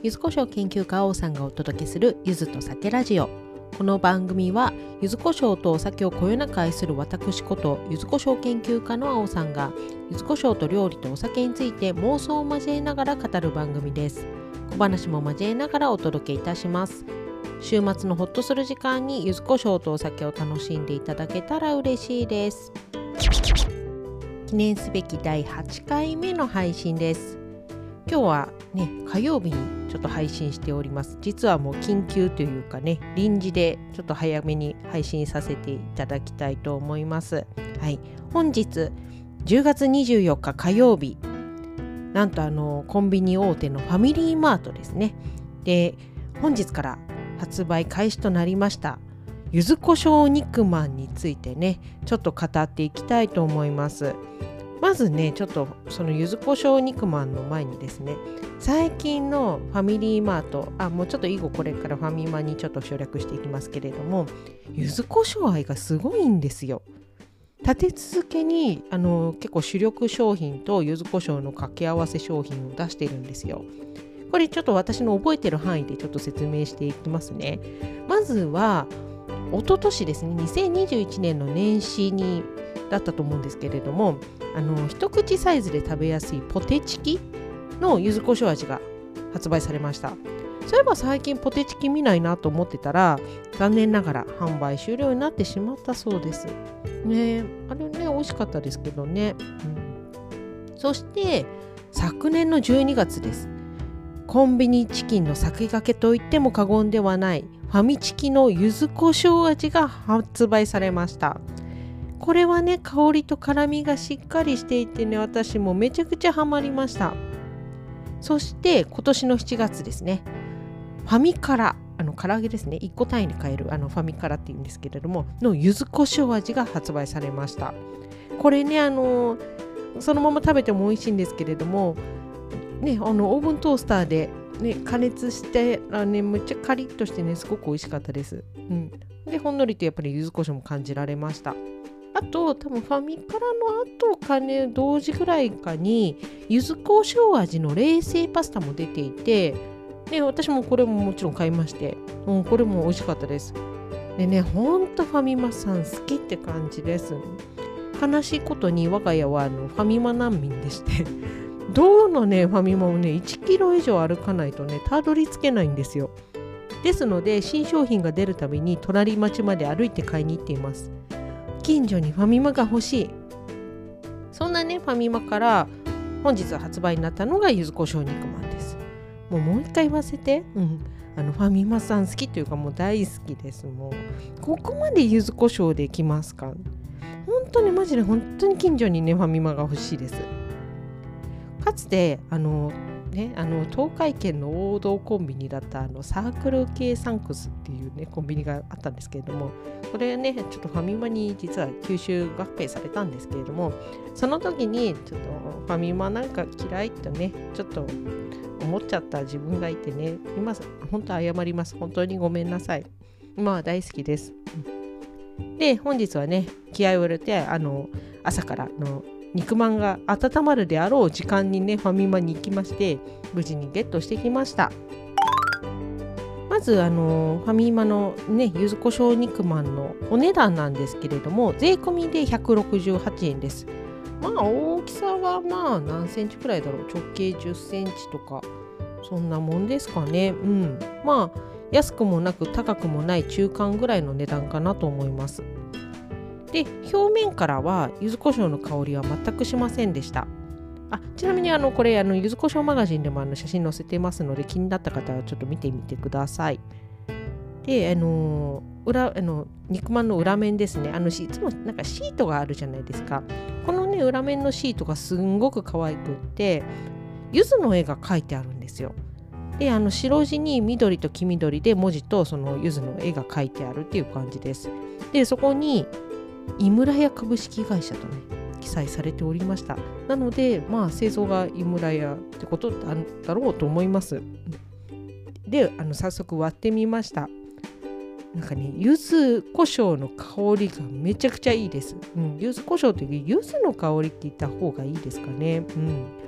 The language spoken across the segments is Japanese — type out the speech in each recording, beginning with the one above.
柚子胡椒研究家王さんがお届けする柚子と酒ラジオ。この番組は柚子胡椒とお酒をこよなく愛する私こと柚子胡椒研究家の青さんが柚子胡椒と料理とお酒について妄想を交えながら語る番組です。小話も交えながらお届けいたします。週末のホッとする時間に柚子胡椒とお酒を楽しんでいただけたら嬉しいです。記念すべき第8回目の配信です。今日はね、火曜日にちょっと配信しております。実はもう緊急というかね、臨時でちょっと早めに配信させていただきたいと思います。はい、本日10月24日火曜日、なんとコンビニ大手のファミリーマートですね。で、本日から発売開始となりました柚子胡椒肉まんについてね、ちょっと語っていきたいと思います。まずね、ちょっとその柚子胡椒肉まんの前にですね、最近のファミリーマート、もうちょっと以後これからファミマにちょっと省略していきますけれども、柚子胡椒愛がすごいんですよ。立て続けに結構主力商品と柚子胡椒の掛け合わせ商品を出しているんですよ。これちょっと私の覚えてる範囲でちょっと説明していきますね。まずは一昨年ですね、2021年の年始にだったと思うんですけれども、一口サイズで食べやすいポテチキの柚子胡椒味が発売されました。そういえば最近ポテチキ見ないなと思ってたら、残念ながら販売終了になってしまったそうですね。あれね、美味しかったですけどね、そして昨年の12月です。コンビニチキンの先駆けといっても過言ではないファミチキの柚子胡椒味が発売されました。これはね、香りと辛みがしっかりしていてね、私もめちゃくちゃハマりました。そして今年の7月ですね、ファミカラ、唐揚げですね、1個単位で買えるファミカラっていうんですけれどもの柚子胡椒味が発売されました。これね、そのまま食べても美味しいんですけれどもね、オーブントースターで、ね、加熱してね、めっちゃカリッとしてね、すごく美味しかったです。で、ほんのりとやっぱり柚子胡椒も感じられました。あと多分ファミカラの後かね、同時ぐらいかに柚子胡椒味の冷製パスタも出ていて、ね、私もこれももちろん買いまして、これも美味しかったです。でね、ほんとファミマさん好きって感じです。悲しいことに我が家はファミマ難民でしてどのねファミマをね1キロ以上歩かないとねたどり着けないんですよ。ですので新商品が出るたびに隣町まで歩いて買いに行っています。近所にファミマが欲しい。そんなねファミマから本日発売になったのが柚子胡椒肉まんです。もう一回言わせて、ファミマさん好きというかもう大好きです。もうここまで柚子胡椒できますか。本当にマジで本当に近所にねファミマが欲しいです。かつて東海圏の王道コンビニだったサークル系サンクスっていうねコンビニがあったんですけれども、これねちょっとファミマに実は吸収合併されたんですけれども、その時にちょっとファミマなんか嫌いとねちょっと思っちゃった自分がいてね、今本当謝ります。本当にごめんなさい。今は大好きです。で、本日はね気合を入れて朝からの肉まんが温まるであろう時間にねファミマに行きまして、無事にゲットしてきました。まずファミマのね柚子胡椒肉まんのお値段なんですけれども、税込みで168円です。大きさは何センチくらいだろう、直径10センチとかそんなもんですかね。安くもなく高くもない中間ぐらいの値段かなと思います。で、表面からは柚子胡椒の香りは全くしませんでした。ちなみにこれ柚子胡椒マガジンでも写真載せてますので、気になった方はちょっと見てみてください。で、肉まんの裏面ですね、いつもなんかシートがあるじゃないですか。このね裏面のシートがすんごく可愛くって、柚子の絵が描いてあるんですよ。で、白地に緑と黄緑で文字とその柚子の絵が描いてあるっていう感じです。で、そこに井村屋株式会社とね記載されておりました。なので製造が井村屋ってことだろうと思います。で、早速割ってみました。なんかね、柚子胡椒の香りがめちゃくちゃいいです。柚子胡椒という柚子の香りって言った方がいいですかね。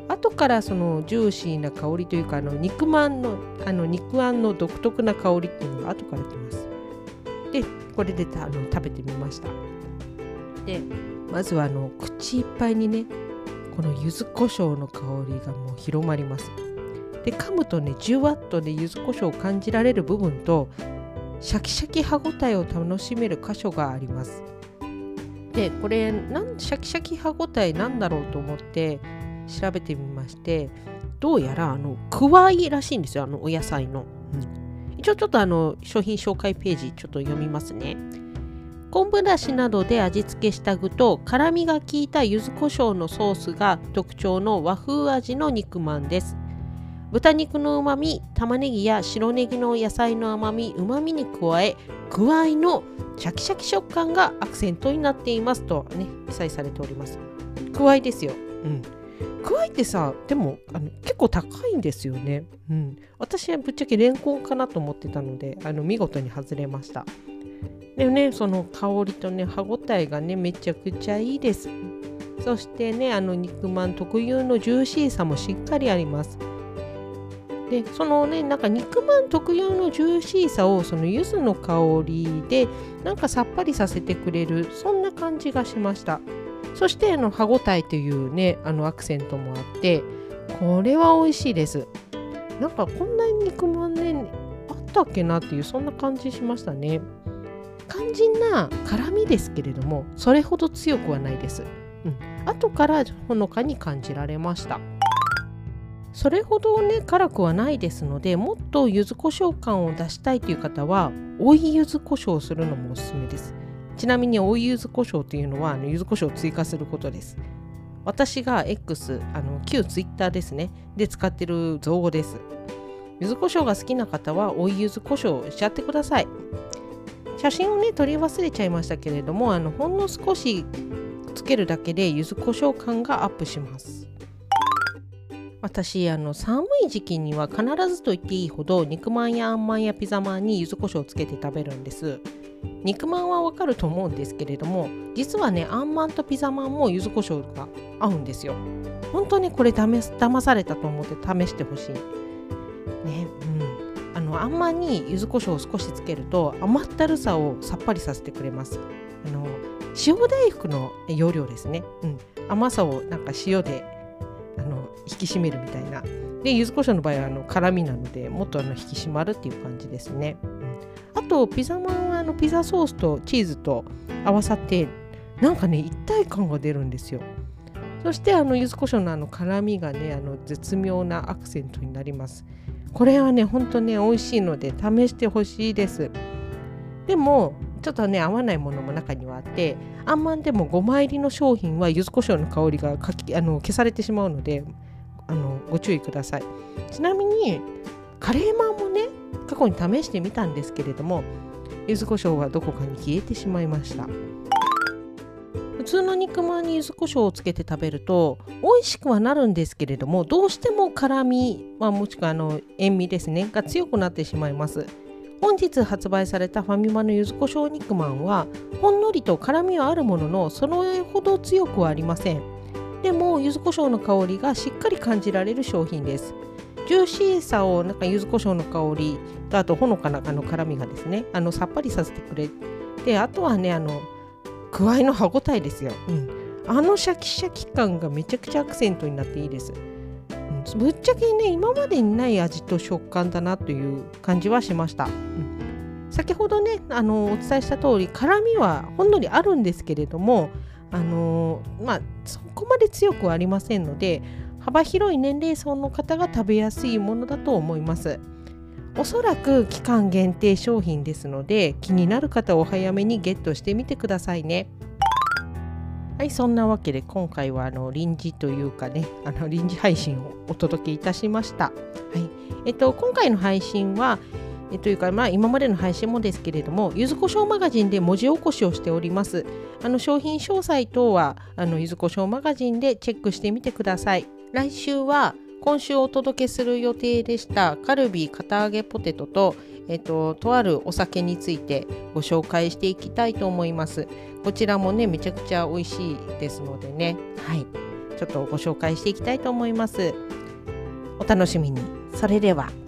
後からそのジューシーな香りというか肉まんの肉あんの独特な香りっていうのが後からきます。でこれで食べてみました。でまずは口いっぱいにねこの柚子胡椒の香りがもう広まります。で噛むとねじゅわっとね柚子胡椒を感じられる部分とシャキシャキ歯ごたえを楽しめる箇所があります。でこれシャキシャキ歯ごたえなんだろうと思って調べてみまして、どうやらくわいらしいんですよ、お野菜の、一応ちょっと商品紹介ページちょっと読みますね。昆布だしなどで味付けした具と辛みが効いた柚子胡椒のソースが特徴の和風味の肉まんです。豚肉のうまみ、玉ねぎや白ネギの野菜の甘み、うまみに加え、くわいのシャキシャキ食感がアクセントになっていますとね、記載されております。くわいですよ。くわいってさ、でも結構高いんですよね。私はぶっちゃけレンコンかなと思ってたので、見事に外れました。でね、その香りとね、歯ごたえがね、めちゃくちゃいいです。そしてね、肉まん特有のジューシーさもしっかりあります。でそのねなんか肉まん特有のジューシーさをその柚子の香りでなんかさっぱりさせてくれる、そんな感じがしました。そして歯ごたえというねアクセントもあって、これは美味しいです。なんかこんなに肉まんねあったっけなっていう、そんな感じしましたね。肝心な辛みですけれどもそれほど強くはないです。後からほのかに感じられました。それほどね辛くはないですので、もっと柚子胡椒感を出したいという方は追い柚子胡椒をするのもおすすめです。ちなみに追い柚子胡椒というのは柚子胡椒を追加することです。私が X 旧 Twitter ですねで使ってる造語です。柚子胡椒が好きな方は追い柚子胡椒をしちゃってください。写真をね撮り忘れちゃいましたけれどもほんの少しつけるだけで柚子胡椒感がアップします。私寒い時期には必ずと言っていいほど肉まんやあんまんやピザまんに柚子胡椒をつけて食べるんです。肉まんはわかると思うんですけれども、実はねあんまんとピザまんも柚子胡椒が合うんですよ。本当にこれ騙されたと思って試してほしいね。あんまんに柚子胡椒を少しつけると甘ったるさをさっぱりさせてくれます。塩大福の要領ですね。甘さをなんか塩で引き締めるみたいな。で柚子胡椒の場合は辛みなのでもっと引き締まるっていう感じですね。あとピザまんはピザソースとチーズと合わさってなんかね一体感が出るんですよ。そして柚子胡椒の辛みがね絶妙なアクセントになります。これはねほんとね美味しいので試してほしいです。でもちょっとね合わないものも中にはあって、あんまんでも5枚入りの商品は柚子胡椒の香りが消されてしまうのでご注意ください。ちなみにカレーまんもね過去に試してみたんですけれども柚子胡椒はどこかに消えてしまいました。普通の肉まんに柚子胡椒をつけて食べると美味しくはなるんですけれども、どうしても辛み、もしくは塩味ですねが強くなってしまいます。本日発売されたファミマの柚子胡椒肉まんはほんのりと辛みはあるもののそれほど強くはありません。でも柚子胡椒の香りがしっかり感じられる商品です。ジューシーさをなんか柚子胡椒の香りとあとほのかな辛みがですねさっぱりさせてくれて、あとはねくわいの歯ごたえですよ。シャキシャキ感がめちゃくちゃアクセントになっていいです。ぶっちゃけね今までにない味と食感だなという感じはしました。先ほどねお伝えした通り辛みはほんのりあるんですけれどもそこまで強くはありませんので幅広い年齢層の方が食べやすいものだと思います。おそらく期間限定商品ですので気になる方はお早めにゲットしてみてくださいね。はい、そんなわけで今回は臨時というかね臨時配信をお届けいたしました。今回の配信はというか今までの配信もですけれども柚子胡椒マガジンで文字起こしをしております。商品詳細等は柚子胡椒マガジンでチェックしてみてください。来週は今週お届けする予定でしたカルビー堅揚げポテトととあるお酒についてご紹介していきたいと思います。こちらもねめちゃくちゃ美味しいですのでね、 ちょっとご紹介していきたいと思います。お楽しみに。それでは。